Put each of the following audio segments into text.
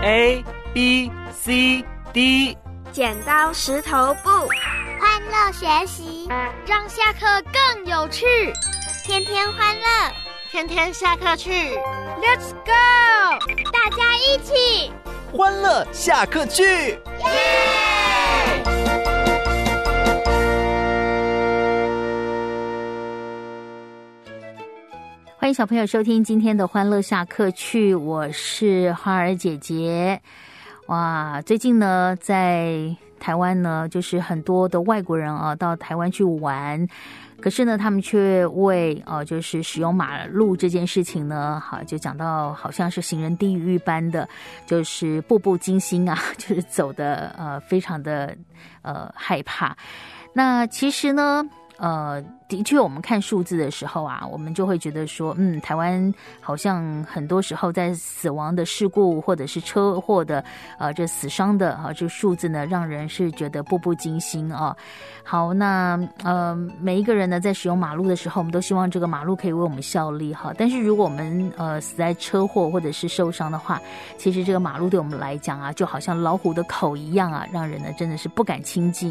A B C D。 剪刀石头布， 欢乐学习， 让下课更有趣。 天天欢乐， 天天下课去。 Let's go！ 大家一起欢乐下课去， 耶！ 欢迎小朋友收听今天的欢乐下课去，我是花儿姐姐。哇，最近呢，在台湾呢，就是很多的外国人啊，到台湾去玩，可是呢，他们却为就是使用马路这件事情呢，好，就讲到好像是行人地狱般的，就是步步惊心啊，就是走的非常的害怕。那其实呢，的确，我们看数字的时候啊，我们就会觉得说，台湾好像很多时候在死亡的事故或者是车祸的这死伤的这个数字呢，让人是觉得步步惊心啊。好，那每一个人呢，在使用马路的时候，我们都希望这个马路可以为我们效力哈。但是如果我们死在车祸或者是受伤的话，其实这个马路对我们来讲啊，就好像老虎的口一样啊，让人呢真的是不敢亲近。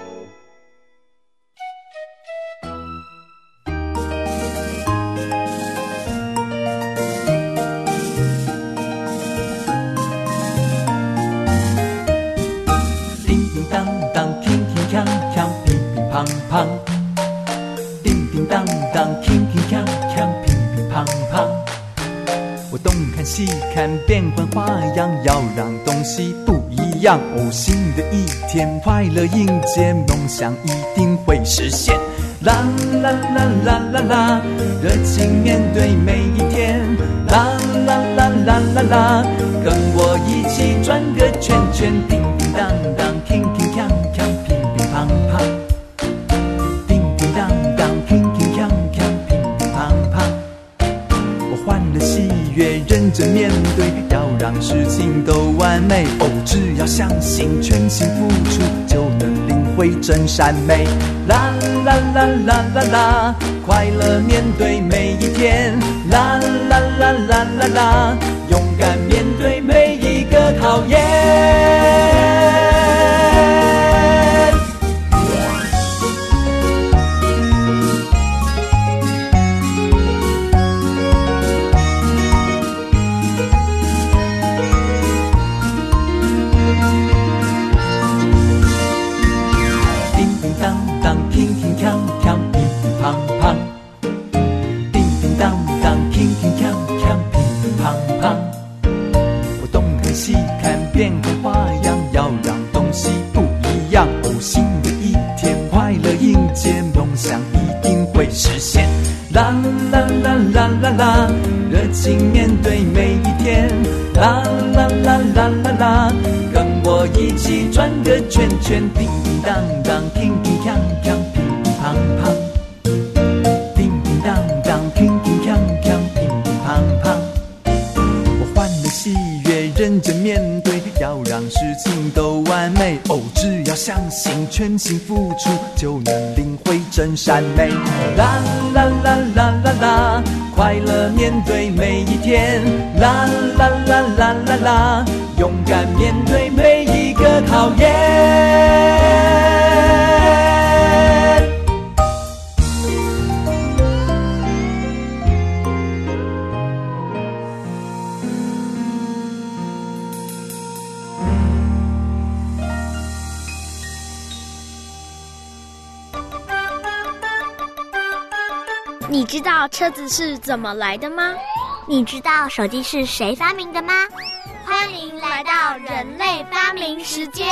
乓，叮叮当当，铿铿锵锵，乒乒乓乓。我东看西看，变换花样，要让东西不一样。哦，新的一天，快乐迎接，梦想一定会实现。啦啦啦啦啦啦，热情面对每一天。啦啦啦啦啦啦，跟我一起转个圈圈，叮叮当当，铿铿锵锵，乒乒乓乓。认真面对，要让事情都完美。哦，只要相信，全心付出，就能领会真善美。啦啦啦啦啦啦，快乐面对每一天。啦啦啦啦啦啦，勇敢面对每一个考验。变个花样，要让东西不一样。哦，新的一天，快乐迎接，梦想一定会实现。啦啦啦啦啦啦，热情面对每一天。啦啦啦啦啦啦，跟我一起转个圈圈，叮叮当当，铿铿锵锵，乒乒乓乓。叮叮当当，铿铿锵锵，乒乒乓乓。我欢乐喜悦，认真面对，要让事情都完美。哦，只要相信，全心付出，就能领会真善美。啦啦啦啦啦啦，快乐面对每一天。啦啦啦啦啦啦，勇敢面对每一个考验。 你知道车子是怎么来的吗？ 你知道手机是谁发明的吗？ 欢迎来到人类发明时间。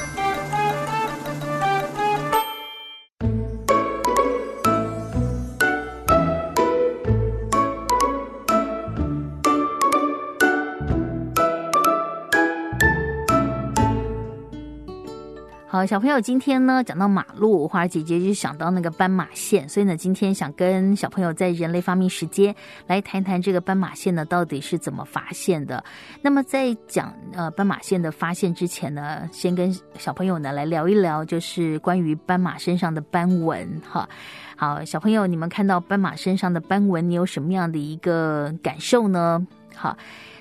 好，小朋友，今天呢讲到马路，花儿姐姐就想到那个斑马线，所以呢今天想跟小朋友在人类发明时间来谈谈这个斑马线呢到底是怎么发现的。那么在讲斑马线的发现之前呢，先跟小朋友呢来聊一聊，就是关于斑马身上的斑纹哈。好，小朋友，你们看到斑马身上的斑纹，你有什么样的一个感受呢？好。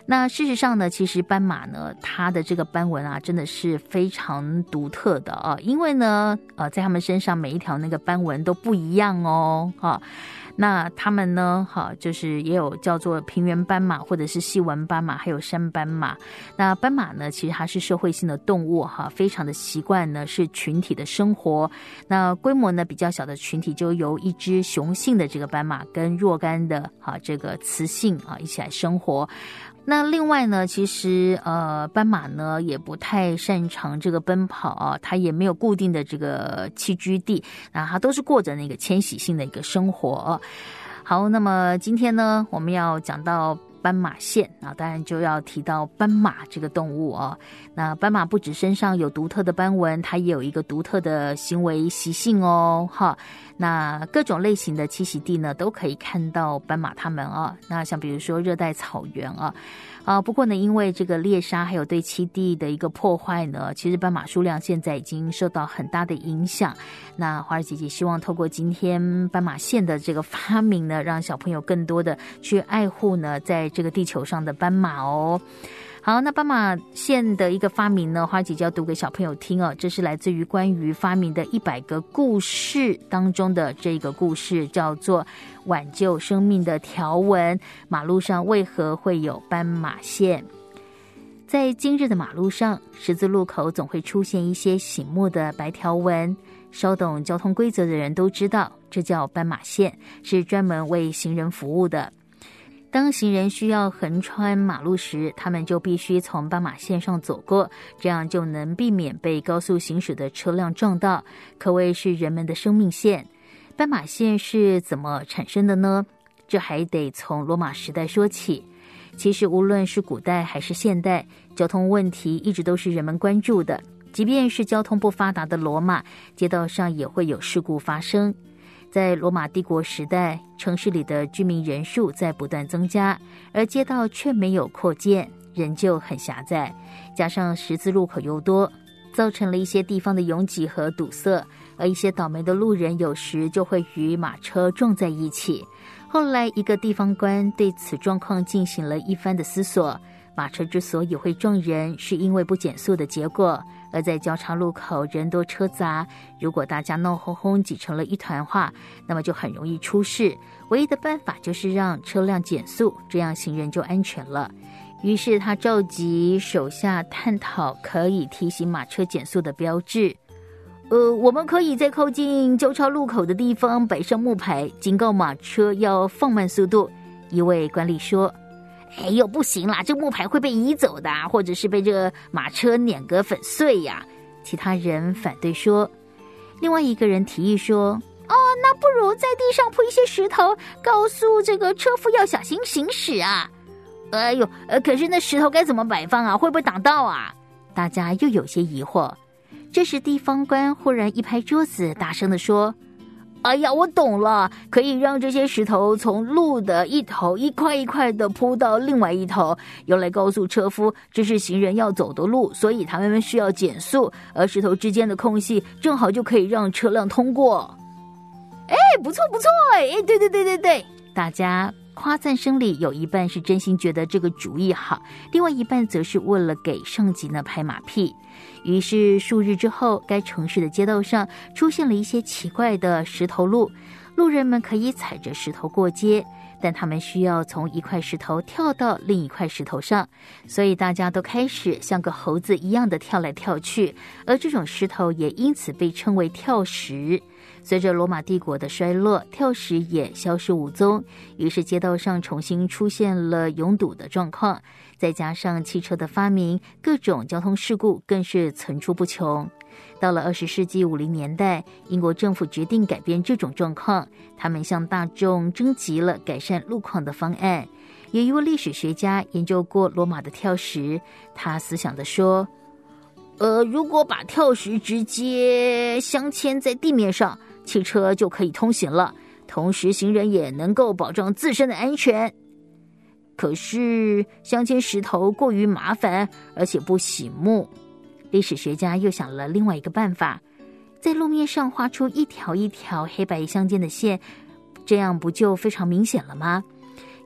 那事实上呢，其实斑马呢，它的这个斑纹啊，真的是非常独特的啊，因为呢，在它们身上每一条那个斑纹都不一样哦，那它们呢，就是也有叫做平原斑马，或者是细纹斑马，还有山斑马。那斑马呢，其实它是社会性的动物非常的习惯呢是群体的生活。那规模呢比较小的群体，就由一只雄性的这个斑马跟若干的这个雌性一起来生活。那另外呢，其实斑马呢也不太擅长这个奔跑它也没有固定的这个栖居地，那它都是过着那个迁徙性的一个生活。好，那么今天呢，我们要讲到斑马线当然就要提到斑马这个动物那斑马不止身上有独特的斑纹，它也有一个独特的行为习性那各种类型的栖息地呢，都可以看到斑马它们那像比如说热带草原不过呢，因为这个猎杀还有对栖地的一个破坏呢，其实斑马数量现在已经受到很大的影响。那花儿姐姐希望透过今天斑马线的这个发明呢，让小朋友更多的去爱护呢，在这个地球上的斑马好，那斑马线的一个发明呢，花姐姐要读给小朋友听这是来自于关于发明的100个故事当中的这个故事，叫做挽救生命的条纹，马路上为何会有斑马线。在今日的马路上，十字路口总会出现一些醒目的白条纹，稍懂交通规则的人都知道，这叫斑马线，是专门为行人服务的。当行人需要横穿马路时，他们就必须从斑马线上走过，这样就能避免被高速行驶的车辆撞到，可谓是人们的生命线。斑马线是怎么产生的呢？这还得从罗马时代说起。其实无论是古代还是现代，交通问题一直都是人们关注的。即便是交通不发达的罗马，街道上也会有事故发生。在罗马帝国时代，城市里的居民人数在不断增加，而街道却没有扩建，仍旧很狭窄，加上十字路口又多，造成了一些地方的拥挤和堵塞，而一些倒霉的路人有时就会与马车撞在一起。后来一个地方官对此状况进行了一番的思索，马车之所以会撞人，是因为不减速的结果，而在交叉路口人多车杂，如果大家闹哄哄挤成了一团话，那么就很容易出事。唯一的办法就是让车辆减速，这样行人就安全了。于是他召集手下探讨可以提醒马车减速的标志。我们可以在靠近交叉路口的地方摆上木牌，警告马车要放慢速度。一位官吏说，不行啦，这木牌会被移走的，或者是被这个马车碾个粉碎呀。其他人反对说。另外一个人提议说，那不如在地上铺一些石头，告诉这个车夫要小心行驶啊。可是那石头该怎么摆放啊？会不会挡道啊？大家又有些疑惑。这时地方官忽然一拍桌子，大声地说，我懂了，可以让这些石头从路的一头一块一块的铺到另外一头，用来告诉车夫这是行人要走的路，所以他们需要减速，而石头之间的空隙正好就可以让车辆通过。不错，对，大家夸赞声里有一半是真心觉得这个主意好，另外一半则是为了给上级呢拍马屁。于是数日之后，该城市的街道上出现了一些奇怪的石头路，路人们可以踩着石头过街，但他们需要从一块石头跳到另一块石头上，所以大家都开始像个猴子一样的跳来跳去，而这种石头也因此被称为跳石。随着罗马帝国的衰落，跳石也消失无踪，于是街道上重新出现了拥堵的状况，再加上汽车的发明，各种交通事故更是层出不穷。到了20世纪50年代，英国政府决定改变这种状况，他们向大众征集了改善路况的方案。有一位历史学家研究过罗马的跳石，他思想地说，如果把跳石直接镶嵌在地面上，汽车就可以通行了，同时行人也能够保障自身的安全。可是镶嵌石头过于麻烦，而且不醒目。历史学家又想了另外一个办法，在路面上画出一条一条黑白相间的线，这样不就非常明显了吗？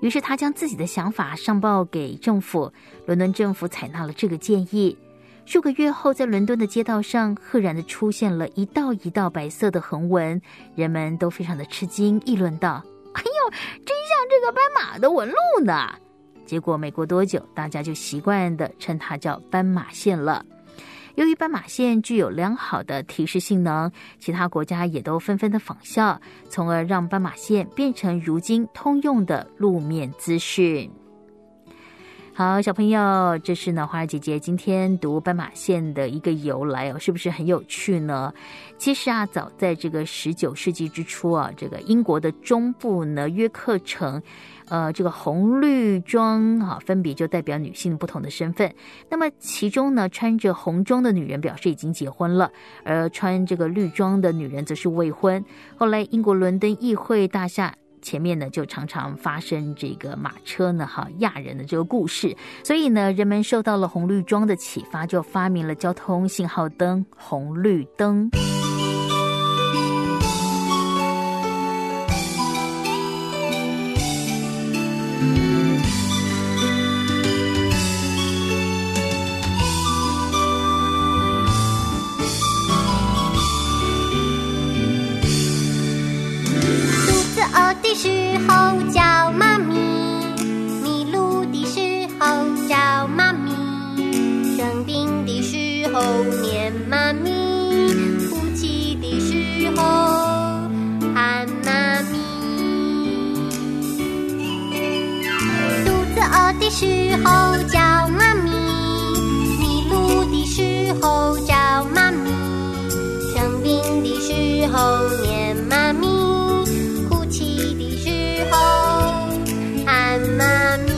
于是他将自己的想法上报给政府，伦敦政府采纳了这个建议。数个月后，在伦敦的街道上赫然的出现了一道一道白色的横纹，人们都非常的吃惊，议论道：哎呦，真像这个斑马的纹路呢。结果没过多久，大家就习惯的称它叫斑马线了。由于斑马线具有良好的提示性能，其他国家也都纷纷的仿效，从而让斑马线变成如今通用的路面资讯。好，小朋友，这是呢花儿姐姐今天读斑马线的一个由来哦，是不是很有趣呢？其实啊，早在这个19世纪之初啊，这个英国的中部呢约克城，这个红绿装啊，分别就代表女性不同的身份。那么其中呢，穿着红装的女人表示已经结婚了，而穿这个绿装的女人则是未婚。后来英国伦敦议会大厦前面呢，就常常发生这个马车呢压人的这个故事，所以呢，人们受到了红绿装的启发，就发明了交通信号灯红绿灯。 的时候叫妈咪，迷路的时候叫妈咪，生病的时候念妈咪，哭泣的时候喊妈咪，肚子饿的时候叫妈咪，迷路的时候叫妈咪，生病的时候念妈咪，喊妈咪，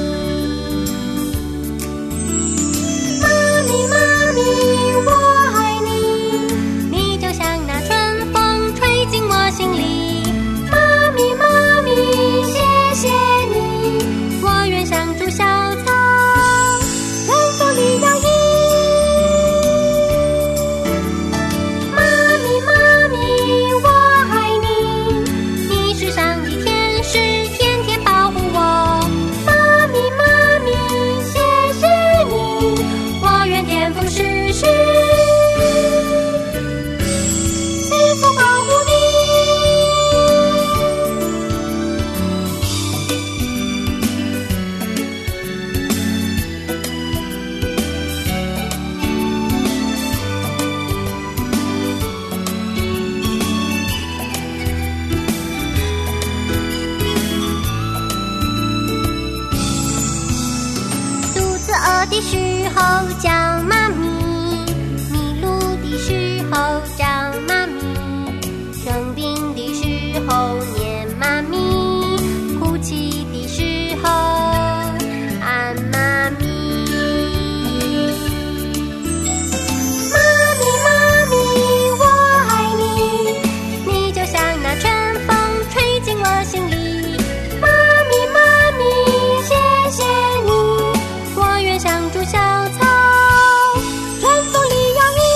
妈咪妈咪，我爱你，你就像那春风吹进我心里。妈咪妈咪，谢谢你，我愿像株小草，春风里摇曳。妈咪妈咪，我爱你，你是上帝天使。的时候叫妈咪，迷路的时候叫妈咪，生病的时候念妈咪，哭泣的时候喊妈咪。妈咪妈咪，我爱你，你就像那春风吹进我心里。妈咪妈咪，谢谢你，我愿像株小草，春风里摇曳。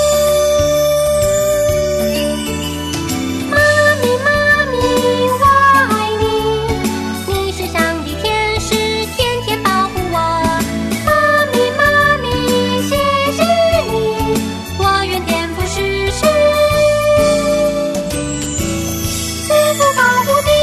妈咪妈咪，我爱你，你是上帝天使，天天保护我。妈咪妈咪，谢谢你，我愿天赋实施，赐福保护你。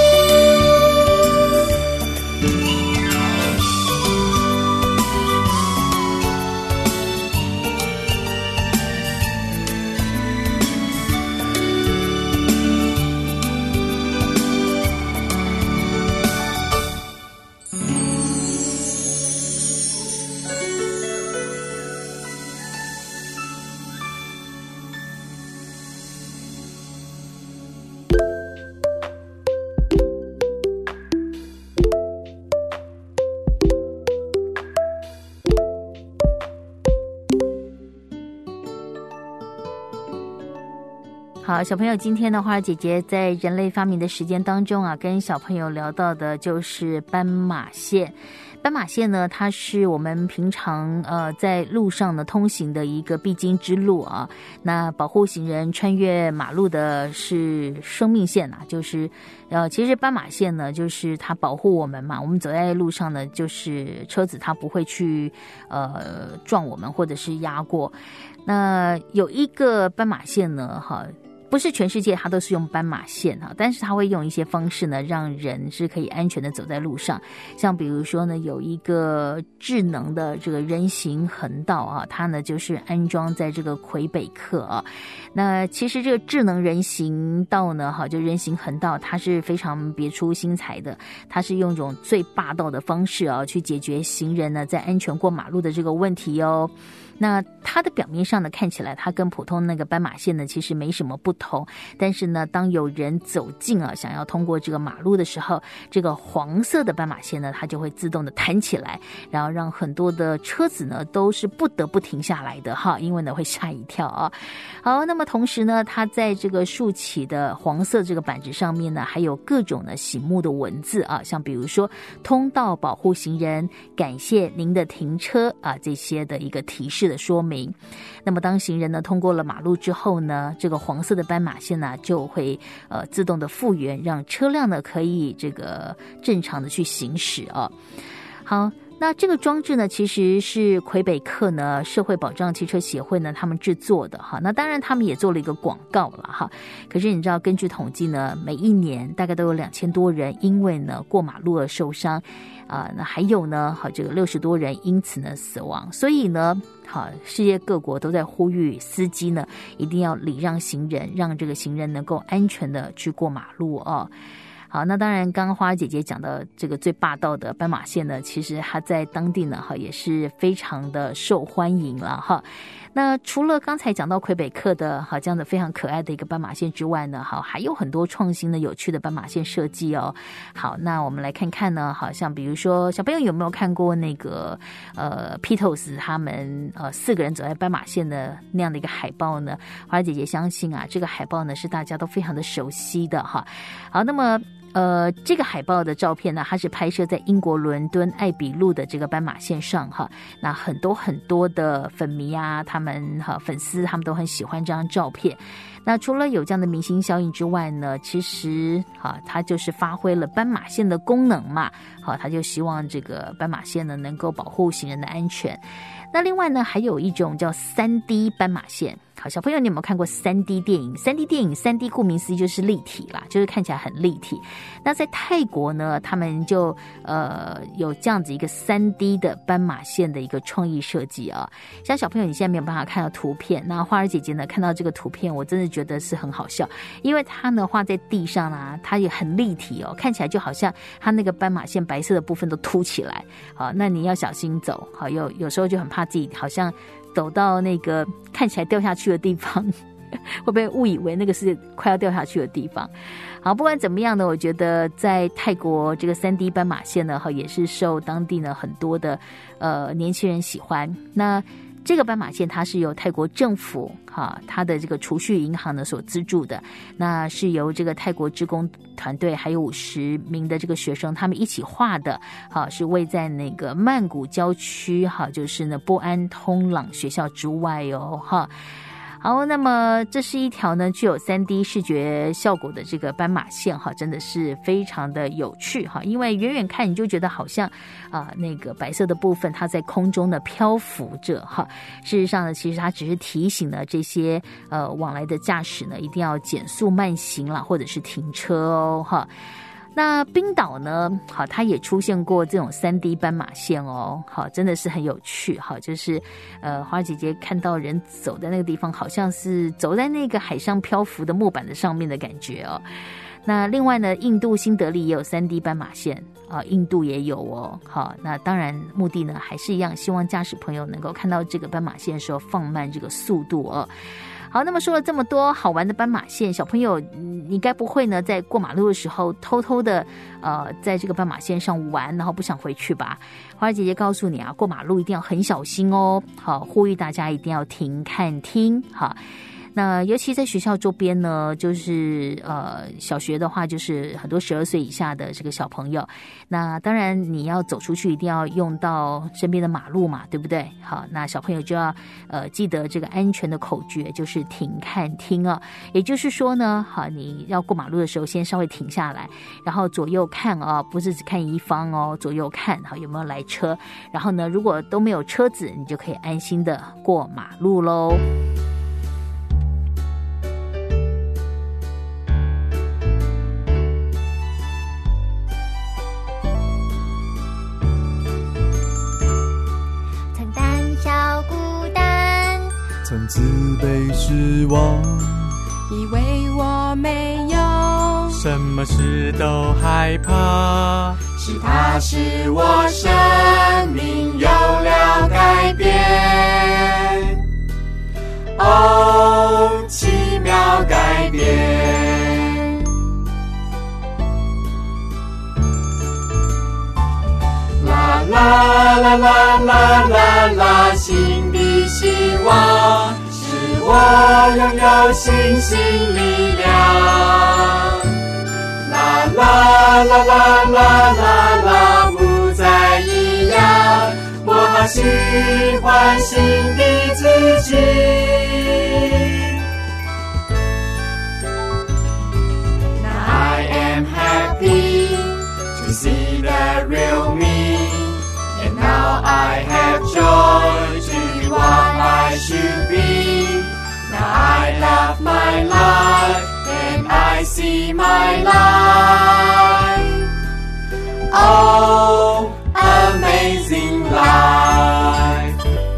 好，小朋友，今天的花儿姐姐在人类发明的时间当中啊，跟小朋友聊到的就是斑马线。 斑马线呢，它是我们平常在路上呢通行的一个必经之路啊。那保护行人穿越马路的是生命线啊，就是其实斑马线呢，就是它保护我们嘛。我们走在路上呢，就是车子它不会去撞我们或者是压过。那有一个斑马线呢，哈。不是全世界它都是用斑马线哈，但是它会用一些方式呢，让人是可以安全的走在路上。像比如说呢，有一个智能的这个人行横道啊，它呢就是安装在这个魁北克啊。那其实这个智能人行道呢，哈，就人行横道，它是非常别出心裁的，它是用一种最霸道的方式啊，去解决行人呢在安全过马路的这个问题哦。那它的表面上呢，看起来它跟普通那个斑马线呢其实没什么不同，但是呢，当有人走近啊，想要通过这个马路的时候，这个黄色的斑马线呢，它就会自动的弹起来，然后让很多的车子呢都是不得不停下来的哈，因为呢会吓一跳啊。好，那么同时呢，它在这个竖起的黄色这个板子上面呢，还有各种的醒目的文字啊，像比如说通道保护行人，感谢您的停车啊，这些的一个提示的说明。那么当行人呢通过了马路之后呢，这个黄色的斑马线呢就会自动的复原，让车辆呢可以这个正常的去行驶啊。好，那这个装置呢，其实是魁北克呢社会保障汽车协会呢他们制作的哈。那当然他们也做了一个广告了哈。可是你知道，根据统计呢，每一年大概都有2000多人因为呢过马路而受伤。那还有呢，好，这个60多人因此呢死亡。所以呢，好，世界各国都在呼吁司机呢一定要礼让行人，让这个行人能够安全的去过马路哦。好，那当然刚刚花儿姐姐讲的这个最霸道的斑马线呢，其实它在当地呢哈也是非常的受欢迎了哈。那除了刚才讲到魁北克的哈这样的非常可爱的一个斑马线之外呢，好，还有很多创新的有趣的斑马线设计哦。好，那我们来看看呢，好像比如说小朋友有没有看过那个Beatles 他们4个人走在斑马线的那样的一个海报呢？花儿姐姐相信啊，这个海报呢是大家都非常的熟悉的哈。好，那么这个海报的照片呢，它是拍摄在英国伦敦艾比路的这个斑马线上哈。那很多的粉迷啊，他们粉丝他们都很喜欢这张照片。那除了有这样的明星效应之外呢，其实它就是发挥了斑马线的功能嘛。好，他就希望这个斑马线呢能够保护行人的安全。那另外呢，还有一种叫 3D 斑马线。好，小朋友你有没有看过 3D 电影？ 3D 电影 3D 顾名思义就是立体啦，就是看起来很立体。那在泰国呢，他们就有这样子一个 3D 的斑马线的一个创意设计啊。像小朋友你现在没有办法看到图片，那花儿姐姐呢看到这个图片，我真的觉得是很好笑，因为它呢画在地上啊，它也很立体哦，看起来就好像它那个斑马线白色的部分都凸起来。好，那你要小心走。好，有时候就很怕自己好像走到那个看起来掉下去的地方，会不会误以为那个是快要掉下去的地方？好，不管怎么样呢，我觉得在泰国这个 3D 斑马线呢，也是受当地呢很多的年轻人喜欢。那这个斑马线它是由泰国政府它的这个储蓄银行呢所资助的，那是由这个泰国志工团队还有50名的这个学生他们一起画的，是位在那个曼谷郊区就是呢波安通朗学校之外哦。好，那么这是一条呢具有 3D 视觉效果的这个斑马线真的是非常的有趣因为远远看你就觉得好像那个白色的部分它在空中呢漂浮着事实上呢，其实它只是提醒了这些往来的驾驶呢一定要减速慢行啦，或者是停车哦那冰岛呢，好，它也出现过这种 3D 斑马线哦，好，真的是很有趣，好，就是花姐姐看到人走在那个地方，好像是走在那个海上漂浮的木板的上面的感觉哦。那另外呢，印度新德里也有 3D 斑马线印度也有哦，好，那当然目的呢还是一样，希望驾驶朋友能够看到这个斑马线的时候放慢这个速度哦。好，那么说了这么多好玩的斑马线，小朋友你该不会呢在过马路的时候偷偷的在这个斑马线上玩，然后不想回去吧？花儿姐姐告诉你过马路一定要很小心哦。好，呼吁大家一定要停看听。好， 那尤其在学校周边呢，就是小学的话，就是很多12岁以下的这个小朋友。那当然你要走出去，一定要用到身边的马路嘛，对不对？好，那小朋友就要记得这个安全的口诀，就是停看听啊。也就是说呢，好，你要过马路的时候，先稍微停下来，然后左右看啊，不是只看一方哦，左右看好有没有来车。然后呢，如果都没有车子，你就可以安心的过马路喽。 曾胆小孤单， 曾自卑失望， 以为我没有什么事都害怕， 是他使我生命有了改变。哦，奇妙改变！啦啦啦啦啦啦啦，新的希望使我拥有信心力量。啦啦啦啦啦啦啦，不再一样，我好喜欢新的自己。Now I am happy to see the real me, and now I have joy to be what I should be. Now I love my life, and I see my life. Oh, amazing life.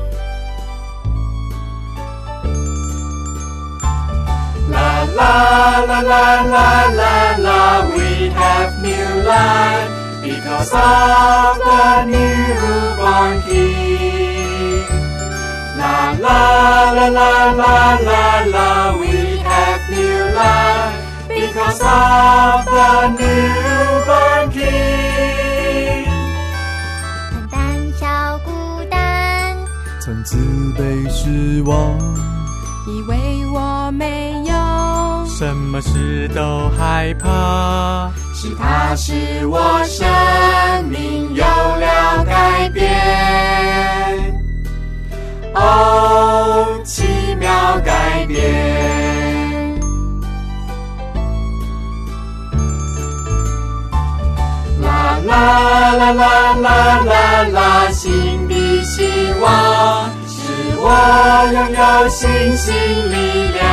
La la la la la la la, we have new life because of the newborn King. La la la la la la la, we have new life because of the newborn King. 曾胆小孤单， 曾自卑失望， 以为我没有什么事都害怕， 是他使我生命有了改变。哦，奇妙改变！啦啦啦啦啦啦啦，新的希望使我拥有信心力量。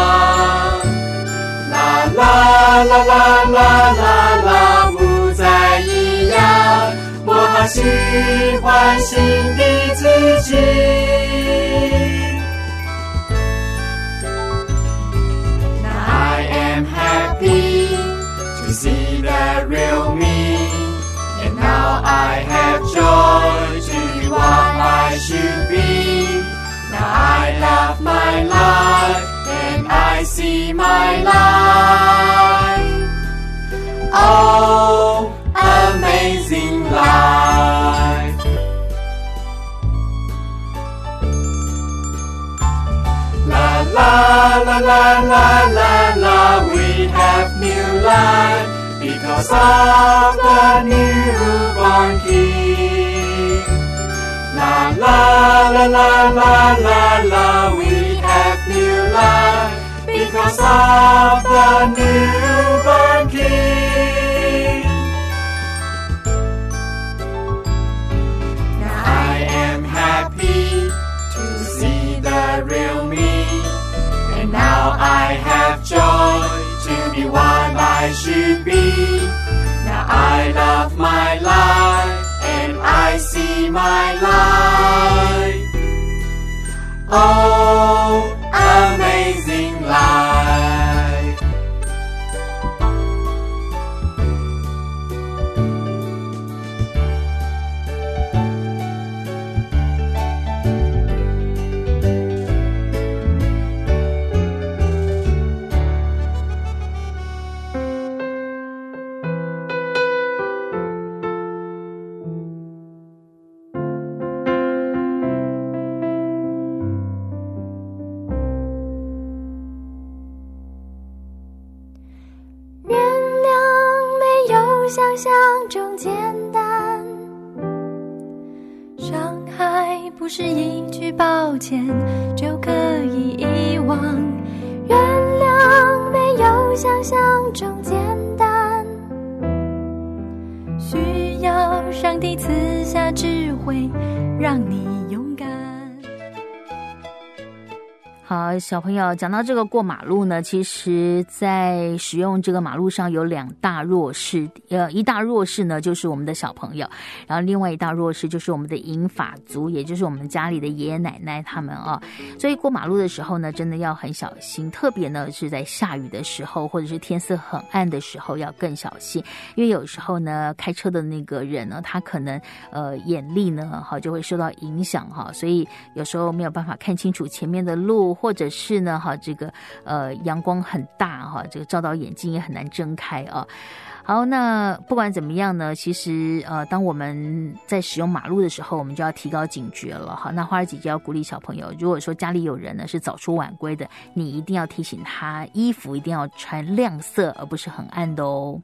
啦啦啦啦啦啦啦，不再一样，我好喜欢新的自己。Now I am happy to see the real me, and now I have joy to be what I should be. Now I love my life, and I see my life. Oh, amazing life. La la la la la la la, we have new life because of the newborn King. La la la la la la la, we have new life because of the newborn King. Now I am happy to see the real me, and now I have joy to be what I should be. Now I love my life, and I see my life. Oh, amazing life. 象中简单。伤害不是一句抱歉就可以遗忘，原谅没有想象中简单，需要上帝赐下智慧，让你勇敢。 好，小朋友，讲到这个过马路呢，其实在使用这个马路上有两大弱势，一大弱势呢就是我们的小朋友，然后另外一大弱势就是我们的银发族，也就是我们家里的爷爷奶奶他们啊。所以过马路的时候呢，真的要很小心，特别呢是在下雨的时候，或者是天色很暗的时候要更小心，因为有时候呢开车的那个人呢，他可能眼力呢就会受到影响哈，所以有时候没有办法看清楚前面的路，或者是呢这个阳光很大哈，这个照到眼睛也很难睁开啊。好，那不管怎么样呢，其实当我们在使用马路的时候，我们就要提高警觉了哈。那花儿姐姐要鼓励小朋友，如果说家里有人呢是早出晚归的，你一定要提醒他，衣服一定要穿亮色，而不是很暗的哦。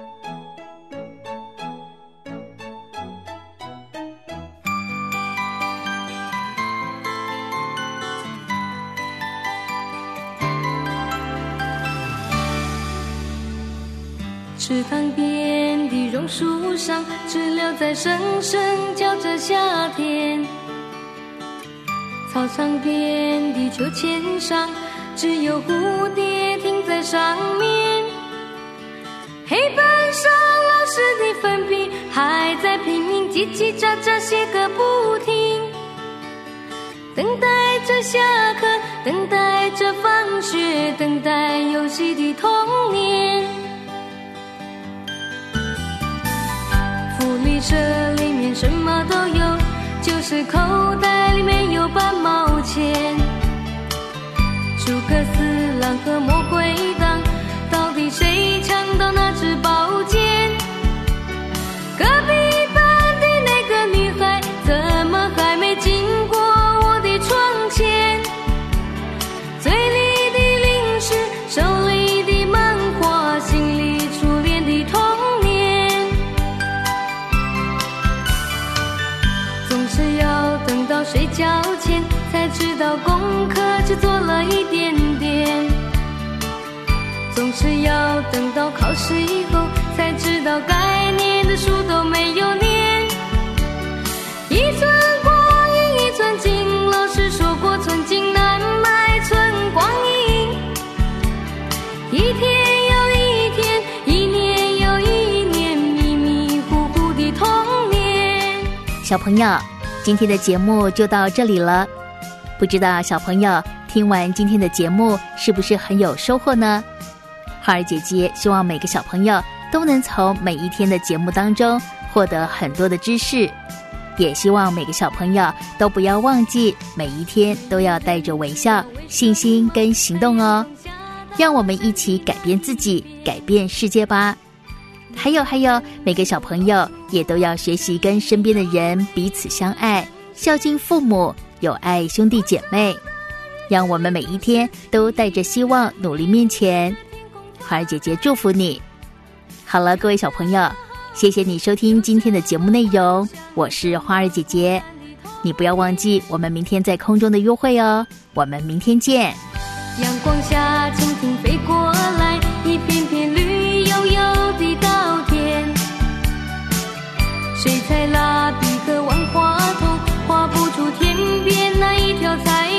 池塘边的榕树上，知了在声声叫着夏天。操场边的秋千上，只有蝴蝶停在上面。黑板上老师的粉笔还在拼命叽叽喳喳写个不停，等待着下课，等待着放学，等待游戏的童年。福利社里面什么都有，就是口袋里面有半毛钱。诸葛四郎和魔鬼党，到底谁抢到那支宝剑？隔壁班的那个女孩，怎么还没经过我的窗前？嘴里的零食，手里的漫画，心里初恋的童年。总是要等到睡觉前，才知道功课只做了一点点。总是要等到考试以后，才知道该念的书都没有念。一寸光阴一寸金，老师说过寸金难买寸光阴。一天又一天，一年又一年，迷迷糊糊的童年。 小朋友，今天的节目就到这里了，不知道小朋友听完今天的节目是不是很有收获呢？花儿姐姐希望每个小朋友都能从每一天的节目当中获得很多的知识，也希望每个小朋友都不要忘记每一天都要带着微笑、信心跟行动哦。让我们一起改变自己，改变世界吧。还有，每个小朋友也都要学习跟身边的人彼此相爱，孝敬父母，友爱兄弟姐妹。让我们每一天都带着希望努力面前。花儿姐姐祝福你。好了，各位小朋友，谢谢你收听今天的节目内容，我是花儿姐姐。你不要忘记我们明天在空中的约会哦，我们明天见。 阳光下蜻蜓飞过来，一片片绿油油的稻田。水彩蜡笔和万花筒画不出天边那一条彩